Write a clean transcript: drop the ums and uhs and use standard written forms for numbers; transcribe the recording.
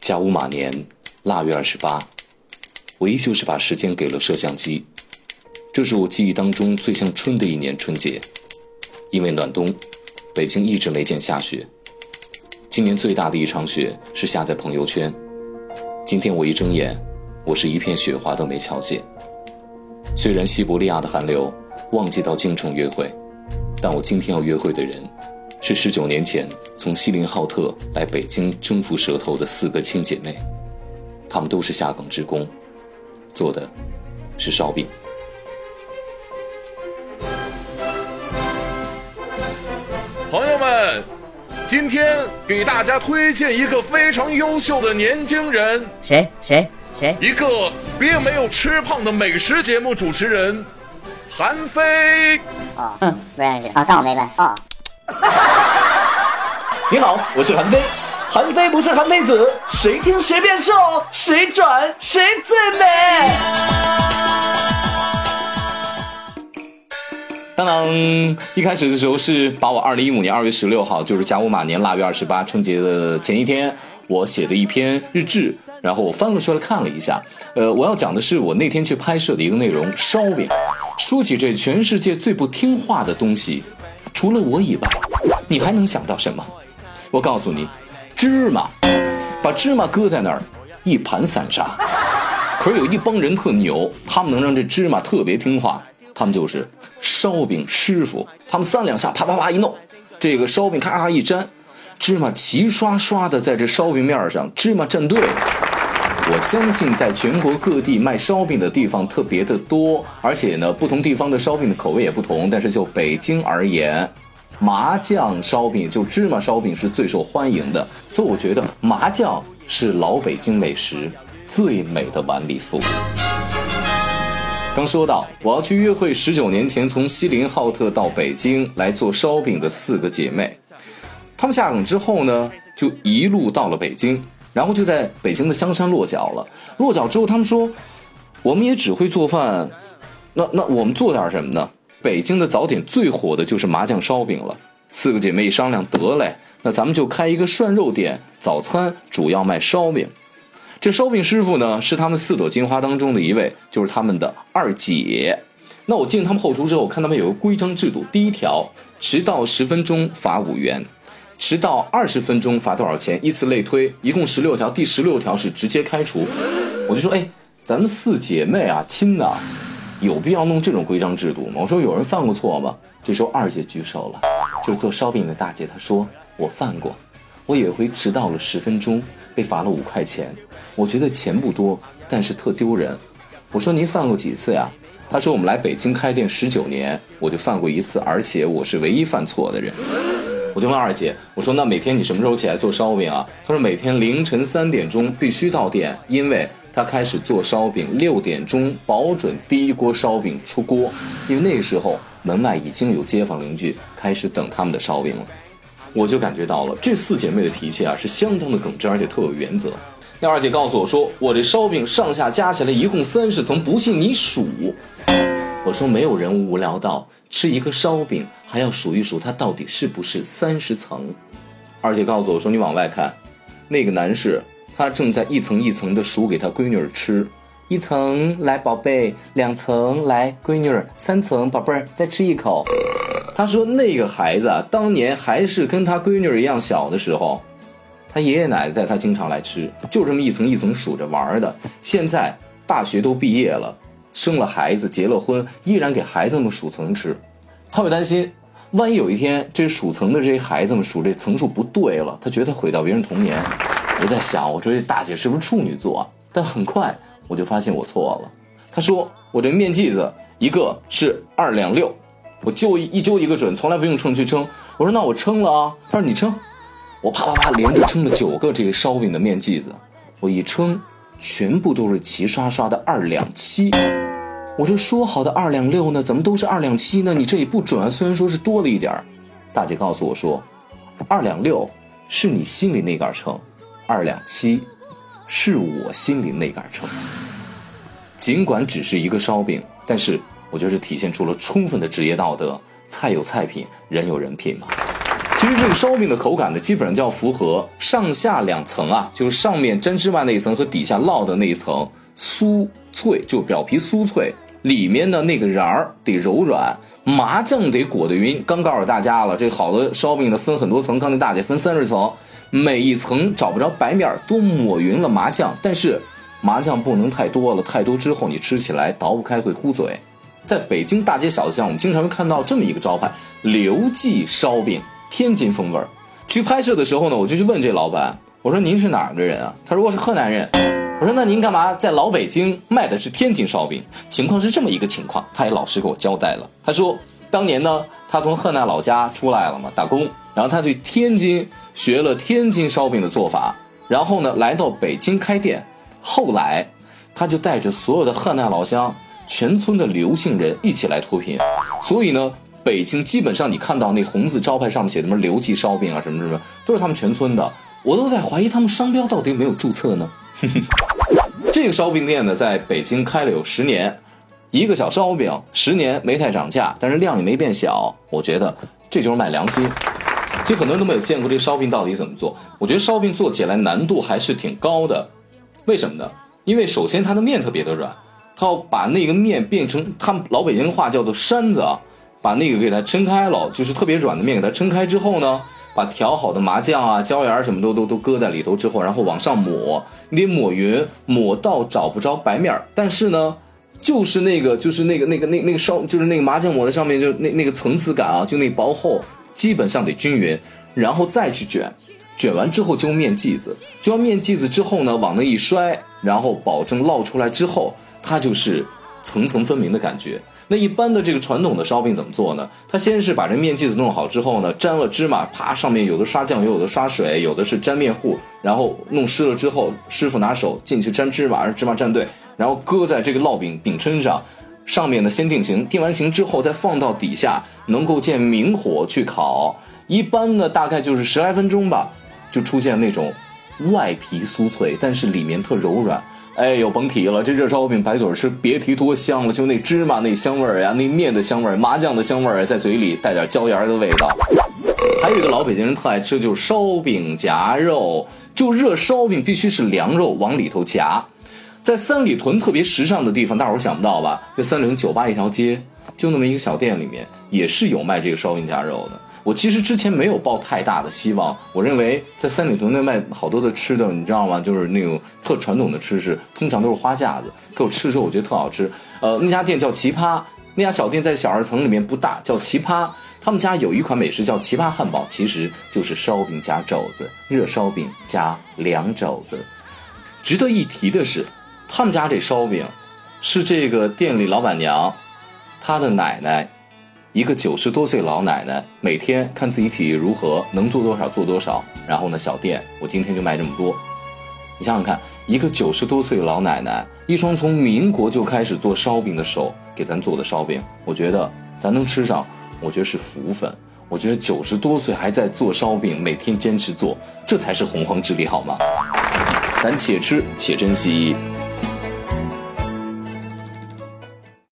甲午马年腊月28，我依旧是把时间给了摄像机。这是我记忆当中最像春的一年春节，因为暖冬，北京一直没见下雪。今年最大的一场雪是下在朋友圈。今天我一睁眼，我是一片雪花都没瞧见。虽然西伯利亚的寒流忘记到京城约会，但我今天要约会的人是19年前从锡林浩特来北京征服舌头的4个亲姐妹，她们都是下岗职工，做的是烧饼。 朋友们，今天给大家推荐一个非常优秀的年轻人。 谁？ 一个并没有吃胖的美食节目主持人，韩非。 不认识啊，当我没问啊。 你好，我是韩非。韩非不是韩非子，谁听谁变瘦，谁转谁最美。 当当，一开始的时候是把我2015年2月16号，就是甲午马年腊月28春节的前一天，我写的一篇日志，然后我翻了出来看了一下。我要讲的是我那天去拍摄的一个内容——烧饼。说起这全世界最不听话的东西，除了我以外，你还能想到什么？我告诉你，芝麻。把芝麻搁在那儿，一盘散沙。可是有一帮人特牛，他们能让这芝麻特别听话。他们就是烧饼师傅，他们3-2下啪啪啪一弄，这个烧饼咔咔一粘，芝麻齐刷刷的在这烧饼面上芝麻站队。我相信在全国各地卖烧饼的地方特别的多，而且呢不同地方的烧饼的口味也不同，但是就北京而言，麻酱烧饼就芝麻烧饼是最受欢迎的，所以我觉得麻酱是老北京美食最美的晚礼服。刚说到我要去约会19年前从锡林浩特到北京来做烧饼的4个姐妹，她们下岗之后呢就一路到了北京，然后就在北京的香山落脚了。落脚之后她们说，我们也只会做饭，那我们做点什么呢？北京的早点最火的就是麻酱烧饼了。4个姐妹一商量，得嘞，那咱们就开一个涮肉店，早餐主要卖烧饼。这烧饼师傅呢是他们4朵金花当中的一位，就是他们的2姐。那我进他们后厨之后，我看他们有个规章制度，第1条，迟到10分钟罚5元，迟到20分钟罚多少钱，依次类推，一共16条，第16条是直接开除。我就说，咱们4姐妹啊，亲的，有必要弄这种规章制度吗？我说有人犯过错吗？这时候2姐举手了，就是做烧饼的大姐，她说我犯过，我有一回迟到了10分钟，被罚了5块钱。我觉得钱不多，但是特丢人。我说您犯过几次呀？他说我们来北京开店19年，我就犯过1次，而且我是唯一犯错的人。我就问2姐，我说那每天你什么时候起来做烧饼啊？他说每天凌晨3点钟必须到店，因为他开始做烧饼6点钟保准第1锅烧饼出锅，因为那个时候门外已经有街坊邻居开始等他们的烧饼了。我就感觉到了这4姐妹的脾气啊是相当的耿直，而且特有原则。那2姐告诉我说，我这烧饼上下加起来一共30层，不信你数。我说没有人无聊到吃一个烧饼还要数一数它到底是不是30层。2姐告诉我说，你往外看，那个男士他正在一层一层的数给他闺女儿吃，1层来宝贝，2层来闺女儿，3层宝贝儿再吃一口。他说那个孩子啊，当年还是跟他闺女儿一样小的时候，他爷爷奶奶带他经常来吃，就这么一层一层数着玩的。现在大学都毕业了，生了孩子，结了婚，依然给孩子们数层吃。他会担心，万一有一天这数层的这些孩子们数这层数不对了，他觉得毁掉别人童年。我在想，我说这大姐是不是处女座啊？但很快我就发现我错了。他说我这面剂子一个是2两6，我揪一个准，从来不用秤去称。我说那我称了啊。他说你称。我啪啪啪连着称了9个这个烧饼的面剂子，我一称，全部都是齐刷刷的2两7。我这说好的2两6呢，怎么都是2两7呢？你这也不准啊，虽然说是多了一点。大姐告诉我说，2两6是你心里那杆秤，2两7是我心里那杆秤。尽管只是一个烧饼，但是我觉得体现出了充分的职业道德，菜有菜品，人有人品嘛。其其实这个烧饼的口感呢，基本上就要符合上下两层啊，就是上面沾芝麻那一层和底下烙的那一层酥脆，就表皮酥脆，里面的那个瓤儿得柔软，麻酱得裹得匀。刚告诉大家了，这好的烧饼呢分很多层，刚才大姐分30层，每一层找不着白面都抹匀了麻酱，但是麻酱不能太多了，太多之后你吃起来倒不开，会糊嘴。在北京大街小巷，我们经常会看到这么一个招牌——刘记烧饼，天津风味儿。去拍摄的时候呢，我就去问这老板，我说您是哪儿的人啊？他说我是河南人。我说那您干嘛在老北京卖的是天津烧饼？情况是这么一个情况，他也老实给我交代了。他说当年呢，他从河南老家出来了嘛，打工，然后他去天津学了天津烧饼的做法，然后呢来到北京开店，后来他就带着所有的河南老乡全村的刘姓人一起来脱贫，所以呢北京基本上你看到那红字招牌上面写的什么刘记烧饼啊什么什么，都是他们全村的。我都在怀疑他们商标到底有没有注册呢。这个烧饼店呢在北京开了有10年，一个小烧饼10年没太涨价，但是量也没变小，我觉得这就是卖良心。其实很多人都没有见过这烧饼到底怎么做，我觉得烧饼做起来难度还是挺高的。为什么呢？因为首先它的面特别的软，它要把那个面变成他们老北京话叫做山子啊，把那个给它抻开了，就是特别软的面给它抻开之后呢，把调好的麻酱啊、椒盐什么都搁在里头之后，然后往上抹，你得抹匀，抹到找不着白面，但是呢，就是那个烧，就是那个麻酱抹在上面，就那个层次感啊，就那薄厚，基本上得均匀，然后再去卷。卷完之后就用面剂子，就用面剂子之后呢，往那一摔，然后保证烙出来之后，它就是层层分明的感觉。那一般的这个传统的烧饼怎么做呢？它先是把这面剂子弄好之后呢，沾了芝麻，啪，上面有的刷酱油，有的刷水，有的是沾面糊，然后弄湿了之后，师傅拿手进去沾芝麻，让芝麻蘸对，然后搁在这个烙饼抻上，上面呢先定型，定完型之后再放到底下，能够见明火去烤，一般呢大概就是10来分钟吧，就出现那种外皮酥脆，但是里面特柔软。哎呦，甭提了，这热烧饼白嘴吃，别提多香了，就那芝麻那香味儿呀，那面的香味儿，麻酱的香味儿，在嘴里带点椒盐的味道。还有一个老北京人特爱吃，就是烧饼夹肉，就热烧饼必须是凉肉往里头夹。在三里屯特别时尚的地方，大伙儿想不到吧？这三里屯酒吧一条街，就那么一个小店里面，也是有卖这个烧饼夹肉的。我其实之前没有抱太大的希望，我认为在三里屯那卖好多的吃的，你知道吗？就是那种特传统的吃食，通常都是花架子。可我吃的时候我觉得特好吃。那家店叫奇葩，那家小店在小2层里面不大，叫奇葩。他们家有一款美食叫奇葩汉堡，其实就是烧饼夹肘子，热烧饼加凉肘子。值得一提的是，他们家这烧饼是这个店里老板娘她的奶奶，一个90多岁老奶奶，每天看自己体力如何，能做多少做多少。然后呢，小店我今天就卖这么多。你想想看，一个90多岁老奶奶，一双从民国就开始做烧饼的手给咱做的烧饼，我觉得咱能吃上，我觉得是福分。我觉得90多岁还在做烧饼，每天坚持做，这才是洪荒之力，好吗？咱且吃且珍惜。